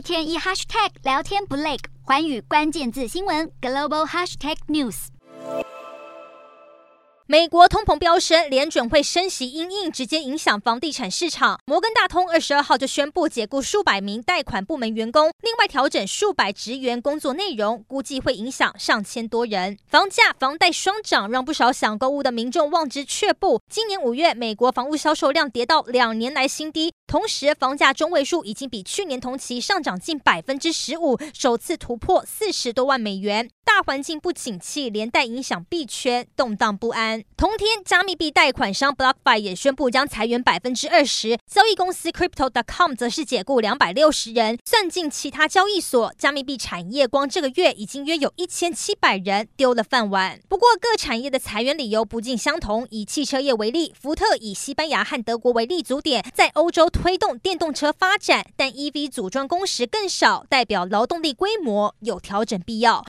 天一 hashtag 聊天不累，寰宇关键字新闻 global hashtag news。 美国通膨飙升，联准会升息因应直接影响房地产市场。摩根大通22号就宣布解雇数百名贷款部门员工，另外调整数百职员工作内容，估计会影响上千多人。房价、房贷双涨，让不少想购物的民众望之却步。今年5月，美国房屋销售量跌到2年来新低，同时房价中位数已经比去年同期上涨近15%，首次突破40多万美元。大环境不景气，连带影响币圈动荡不安。同天，加密币贷款商 BlockFi 也宣布将裁员20%，交易公司 Crypto.com 则是解雇260人。算进其他交易所，加密币产业光这个月已经约有1700人丢了饭碗。不过，各产业的裁员理由不尽相同。以汽车业为例，福特以西班牙和德国为立足点，在欧洲推动电动车发展，但 EV 组装工时更少，代表劳动力规模有调整必要。